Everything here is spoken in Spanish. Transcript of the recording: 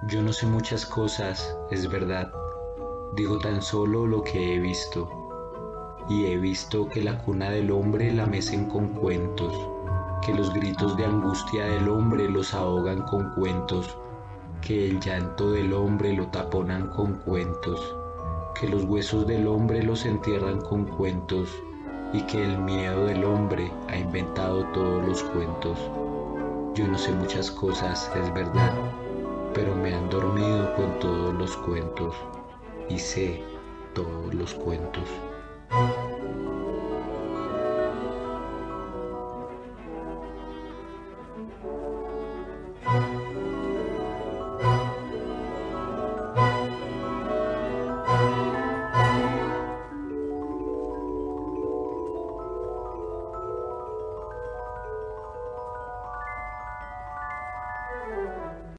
Yo no sé muchas cosas, es verdad. Digo tan solo lo que he visto. Y he visto que la cuna del hombre la mecen con cuentos, que los gritos de angustia del hombre los ahogan con cuentos, que el llanto del hombre lo taponan con cuentos, que los huesos del hombre los entierran con cuentos y que el miedo del hombre ha inventado todos los cuentos. Yo no sé muchas cosas, es verdad, pero me han dormido con todos los cuentos y sé todos los cuentos.